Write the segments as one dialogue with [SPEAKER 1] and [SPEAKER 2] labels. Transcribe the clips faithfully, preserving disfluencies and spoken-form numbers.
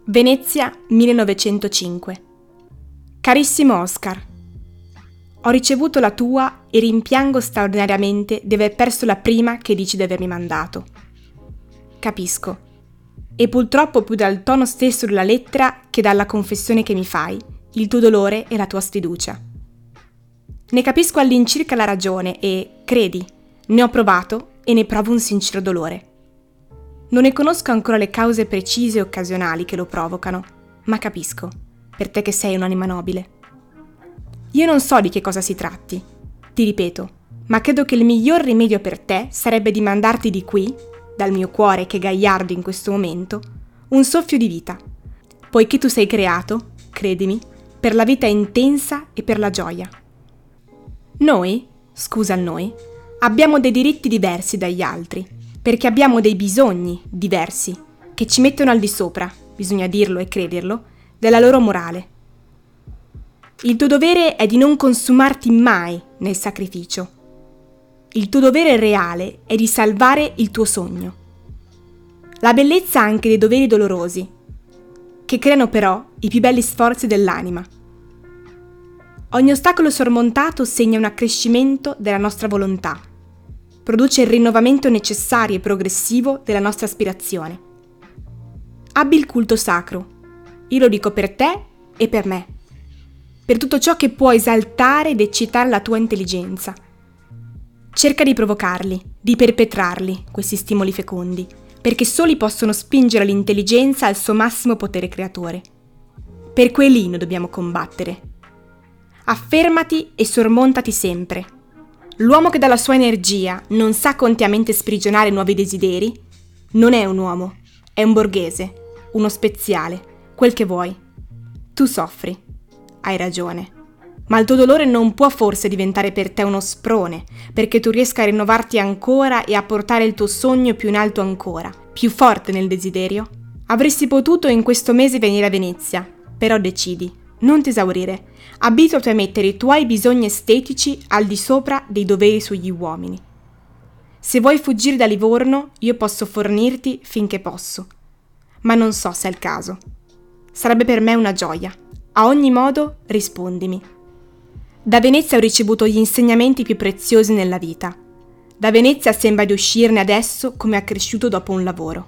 [SPEAKER 1] Venezia millenovecentocinque. Carissimo Oscar, ho ricevuto la tua e rimpiango straordinariamente di aver perso la prima che dici di avermi mandato. Capisco, e purtroppo più dal tono stesso della lettera che dalla confessione che mi fai, il tuo dolore e la tua sfiducia. Ne capisco all'incirca la ragione e, credi, ne ho provato e ne provo un sincero dolore. Non ne conosco ancora le cause precise e occasionali che lo provocano, ma capisco, per te che sei un'anima nobile. Io non so di che cosa si tratti, ti ripeto, ma credo che il miglior rimedio per te sarebbe di mandarti di qui, dal mio cuore che è gagliardo in questo momento, un soffio di vita, poiché tu sei creato, credimi, per la vita intensa e per la gioia. Noi, scusa il noi, abbiamo dei diritti diversi dagli altri, perché abbiamo dei bisogni diversi, che ci mettono al di sopra, bisogna dirlo e crederlo, della loro morale. Il tuo dovere è di non consumarti mai nel sacrificio. Il tuo dovere reale è di salvare il tuo sogno. La bellezza ha anche dei doveri dolorosi, che creano però i più belli sforzi dell'anima. Ogni ostacolo sormontato segna un accrescimento della nostra volontà, produce il rinnovamento necessario e progressivo della nostra aspirazione. Abbi il culto sacro, io lo dico per te e per me, per tutto ciò che può esaltare ed eccitare la tua intelligenza. Cerca di provocarli, di perpetrarli, questi stimoli fecondi, perché soli possono spingere l'intelligenza al suo massimo potere creatore. Per quelli noi dobbiamo combattere. Affermati e sormontati sempre. L'uomo che dalla sua energia non sa conteamente sprigionare nuovi desideri, non è un uomo, è un borghese, uno speziale, quel che vuoi. Tu soffri, hai ragione, ma il tuo dolore non può forse diventare per te uno sprone, perché tu riesca a rinnovarti ancora e a portare il tuo sogno più in alto ancora, più forte nel desiderio? Avresti potuto in questo mese venire a Venezia, però decidi, non ti esaurire, abituati a mettere i tuoi bisogni estetici al di sopra dei doveri sugli uomini. Se vuoi fuggire da Livorno, io posso fornirti finché posso, ma non so se è il caso. Sarebbe per me una gioia. A ogni modo, rispondimi. Da Venezia ho ricevuto gli insegnamenti più preziosi nella vita. Da Venezia sembra di uscirne adesso come accresciuto dopo un lavoro.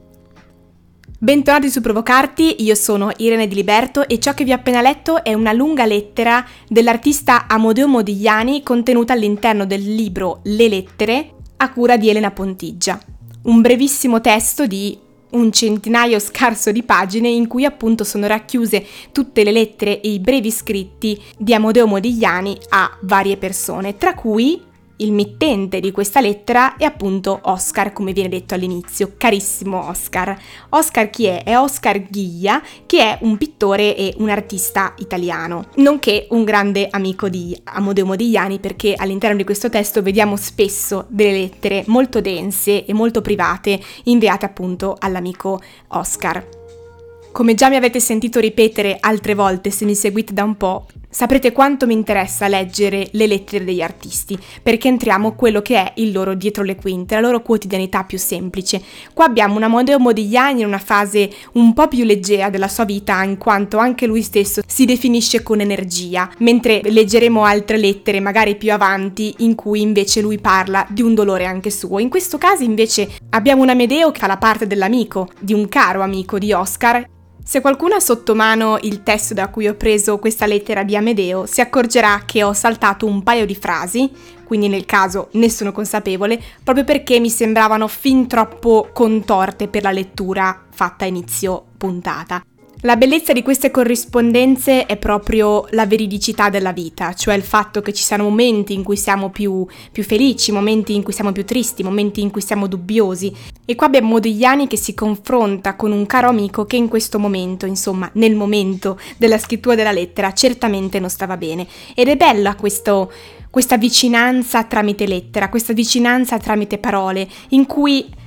[SPEAKER 1] Bentornati su Provocarti, io sono Irene Di Liberto e ciò che vi ho appena letto è una lunga lettera dell'artista Amodeo Modigliani contenuta all'interno del libro Le lettere a cura di Elena Pontigia. Un brevissimo testo di un centinaio scarso di pagine in cui appunto sono racchiuse tutte le lettere e i brevi scritti di Amodeo Modigliani a varie persone, tra cui il mittente di questa lettera è appunto Oscar, come viene detto all'inizio, carissimo Oscar. Oscar chi è? È Oscar Ghiglia, che è un pittore e un artista italiano, nonché un grande amico di Amodeo Modigliani, perché all'interno di questo testo vediamo spesso delle lettere molto dense e molto private inviate appunto all'amico Oscar. Come già mi avete sentito ripetere altre volte se mi seguite da un po', saprete quanto mi interessa leggere le lettere degli artisti, perché entriamo quello che è il loro dietro le quinte, la loro quotidianità più semplice. Qua abbiamo un Amodeo Modigliani in una fase un po' più leggera della sua vita, in quanto anche lui stesso si definisce con energia, mentre leggeremo altre lettere magari più avanti in cui invece lui parla di un dolore anche suo. In questo caso invece abbiamo un Amedeo che fa la parte dell'amico, di un caro amico di Oscar. Se qualcuno ha sotto mano il testo da cui ho preso questa lettera di Amedeo, si accorgerà che ho saltato un paio di frasi, quindi nel caso ne sono consapevole, proprio perché mi sembravano fin troppo contorte per la lettura fatta a inizio puntata. La bellezza di queste corrispondenze è proprio la veridicità della vita, cioè il fatto che ci siano momenti in cui siamo più, più felici, momenti in cui siamo più tristi, momenti in cui siamo dubbiosi. E qua abbiamo Modigliani che si confronta con un caro amico che in questo momento, insomma, nel momento della scrittura della lettera, certamente non stava bene. Ed è bella questo, questa vicinanza tramite lettera, questa vicinanza tramite parole, in cui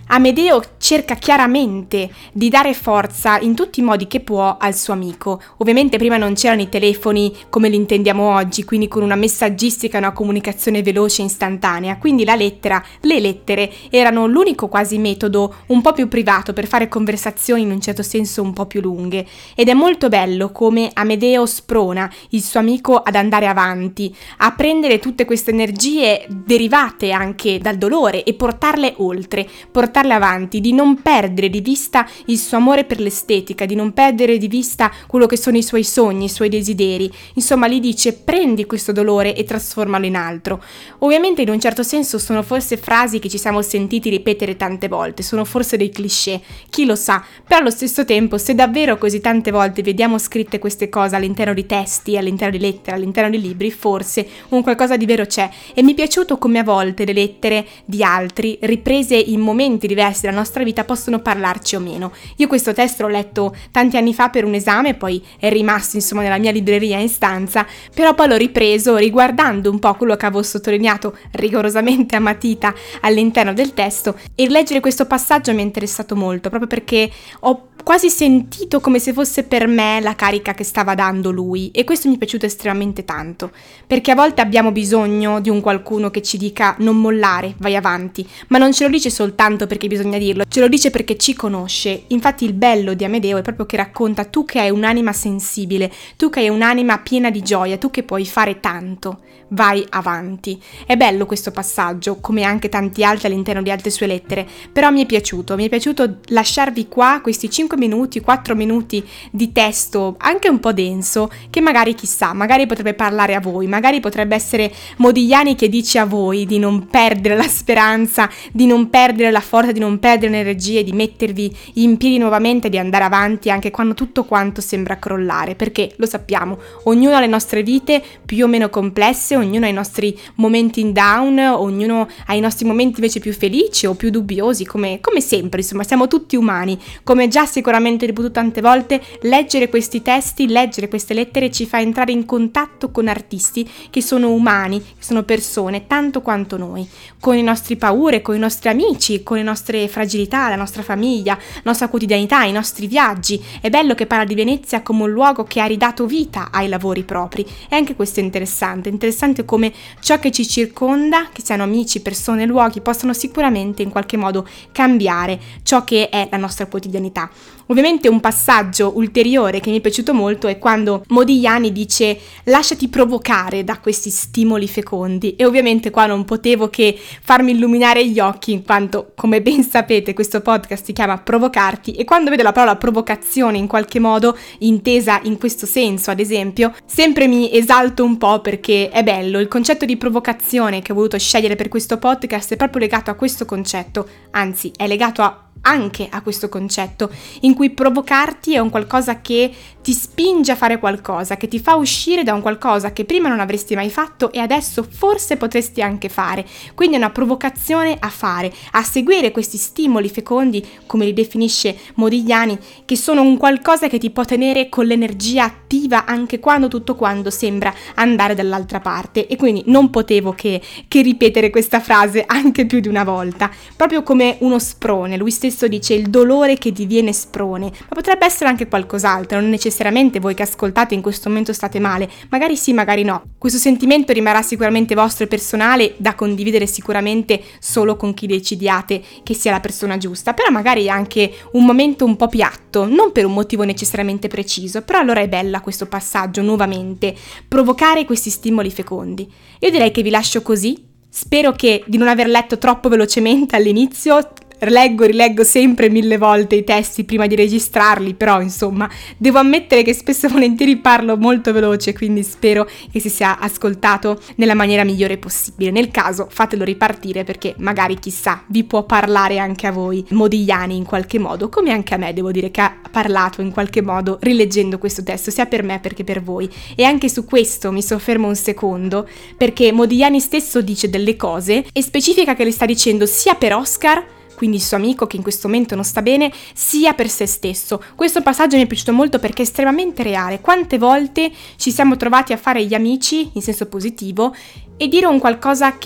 [SPEAKER 1] Amedeo cerca chiaramente di dare forza in tutti i modi che può al suo amico. Ovviamente prima non c'erano i telefoni come li intendiamo oggi, quindi con una messaggistica e una comunicazione veloce e istantanea, quindi la lettera, le lettere erano l'unico quasi metodo un po' più privato per fare conversazioni in un certo senso un po' più lunghe. Ed è molto bello come Amedeo sprona il suo amico ad andare avanti, a prendere tutte queste energie derivate anche dal dolore e portarle oltre, portarle avanti, di non perdere di vista il suo amore per l'estetica, di non perdere di vista quello che sono i suoi sogni, i suoi desideri. Insomma, gli dice: prendi questo dolore e trasformalo in altro. Ovviamente in un certo senso sono forse frasi che ci siamo sentiti ripetere tante volte, sono forse dei cliché, chi lo sa, però allo stesso tempo se davvero così tante volte vediamo scritte queste cose all'interno di testi, all'interno di lettere, all'interno di libri, forse un qualcosa di vero c'è. E mi è piaciuto come a volte le lettere di altri, riprese in momenti diversi della nostra vita, possono parlarci o meno. Io questo testo l'ho letto tanti anni fa per un esame, poi è rimasto insomma nella mia libreria in stanza, però poi l'ho ripreso riguardando un po' quello che avevo sottolineato rigorosamente a matita all'interno del testo, e leggere questo passaggio mi è interessato molto, proprio perché ho quasi sentito come se fosse per me la carica che stava dando lui, e questo mi è piaciuto estremamente tanto, perché a volte abbiamo bisogno di un qualcuno che ci dica: non mollare, vai avanti, ma non ce lo dice soltanto perché bisogna dirlo, ce lo dice perché ci conosce. Infatti il bello di Amedeo è proprio che racconta: tu che hai un'anima sensibile, tu che hai un'anima piena di gioia, tu che puoi fare tanto, vai avanti. È bello questo passaggio, come anche tanti altri all'interno di altre sue lettere, però mi è piaciuto, mi è piaciuto lasciarvi qua questi cinque minuti, quattro minuti di testo anche un po' denso, che magari chissà, magari potrebbe parlare a voi, magari potrebbe essere Modigliani che dice a voi di non perdere la speranza, di non perdere la forza, di non perdere le energie, di mettervi in piedi nuovamente, di andare avanti anche quando tutto quanto sembra crollare, perché lo sappiamo, ognuno ha le nostre vite più o meno complesse, ognuno ha i nostri momenti in down, ognuno ha i nostri momenti invece più felici o più dubbiosi, come, come sempre, insomma siamo tutti umani. Come già sicuramente ripetuto tante volte, leggere questi testi, leggere queste lettere ci fa entrare in contatto con artisti che sono umani, che sono persone tanto quanto noi, con le nostre paure, con i nostri amici, con le nostre fragilità, la nostra famiglia, la nostra quotidianità, i nostri viaggi. È bello che parla di Venezia come un luogo che ha ridato vita ai lavori propri, e anche questo è interessante, interessante come ciò che ci circonda, che siano amici, persone, luoghi, possono sicuramente in qualche modo cambiare ciò che è la nostra quotidianità. Ovviamente un passaggio ulteriore che mi è piaciuto molto è quando Modigliani dice: lasciati provocare da questi stimoli fecondi, e ovviamente qua non potevo che farmi illuminare gli occhi, in quanto, come ben sapete, questo podcast si chiama Provocarti, e quando vedo la parola provocazione in qualche modo intesa in questo senso, ad esempio, sempre mi esalto un po' perché è bello. Il concetto di provocazione che ho voluto scegliere per questo podcast è proprio legato a questo concetto, anzi è legato a anche a questo concetto, in cui provocarti è un qualcosa che ti spinge a fare qualcosa, che ti fa uscire da un qualcosa che prima non avresti mai fatto e adesso forse potresti anche fare. Quindi è una provocazione a fare, a seguire questi stimoli fecondi, come li definisce Modigliani, che sono un qualcosa che ti può tenere con l'energia attiva anche quando tutto quanto sembra andare dall'altra parte. E quindi non potevo che, che ripetere questa frase anche più di una volta, proprio come uno sprone. Lui stesso dice: il dolore che diviene sprone, ma potrebbe essere anche qualcos'altro, non necessariamente voi che ascoltate in questo momento state male, magari sì, magari no. Questo sentimento rimarrà sicuramente vostro e personale, da condividere sicuramente solo con chi decidiate che sia la persona giusta, però magari anche un momento un po' piatto, non per un motivo necessariamente preciso, però allora è bella questo passaggio nuovamente, provocare questi stimoli fecondi. Io direi che vi lascio così, spero che di non aver letto troppo velocemente all'inizio. Leggo, rileggo sempre mille volte i testi prima di registrarli, però insomma devo ammettere che spesso e volentieri parlo molto veloce, quindi spero che si sia ascoltato nella maniera migliore possibile. Nel caso fatelo ripartire, perché magari chissà vi può parlare anche a voi Modigliani in qualche modo, come anche a me devo dire che ha parlato in qualche modo rileggendo questo testo, sia per me che per voi. E anche su questo mi soffermo un secondo, perché Modigliani stesso dice delle cose e specifica che le sta dicendo sia per Oscar, quindi il suo amico che in questo momento non sta bene, sia per se stesso. Questo passaggio mi è piaciuto molto perché è estremamente reale. Quante volte ci siamo trovati a fare gli amici, in senso positivo, e dire un qualcosa che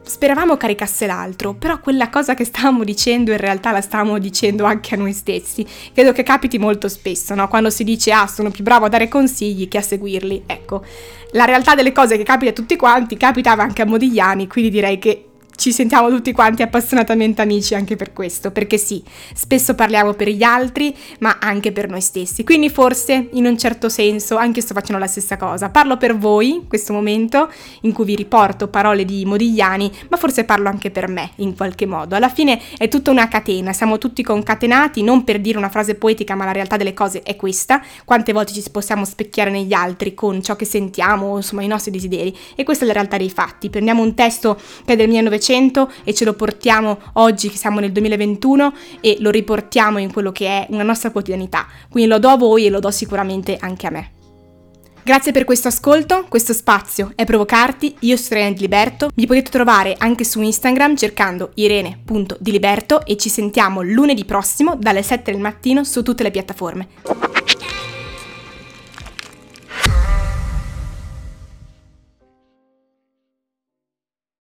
[SPEAKER 1] speravamo caricasse l'altro, però quella cosa che stavamo dicendo in realtà la stavamo dicendo anche a noi stessi. Credo che capiti molto spesso, no? Quando si dice ah, sono più bravo a dare consigli che a seguirli. Ecco, la realtà delle cose che capita a tutti quanti capitava anche a Modigliani, quindi direi che ci sentiamo tutti quanti appassionatamente amici anche per questo, perché sì, spesso parliamo per gli altri, ma anche per noi stessi. Quindi forse, in un certo senso, anche io sto facendo la stessa cosa. Parlo per voi in questo momento, in cui vi riporto parole di Modigliani, ma forse parlo anche per me, in qualche modo. Alla fine è tutta una catena, siamo tutti concatenati, non per dire una frase poetica, ma la realtà delle cose è questa. Quante volte ci possiamo specchiare negli altri con ciò che sentiamo, insomma, i nostri desideri. E questa è la realtà dei fatti. Prendiamo un testo che è del millenovecento e ce lo portiamo oggi che siamo nel duemilaventuno e lo riportiamo in quello che è una nostra quotidianità. Quindi lo do a voi e lo do sicuramente anche a me. Grazie per questo ascolto, questo spazio è Provocarti, io sono Irene Di Liberto, mi potete trovare anche su Instagram cercando irene punto di liberto e ci sentiamo lunedì prossimo dalle sette del mattino su tutte le piattaforme.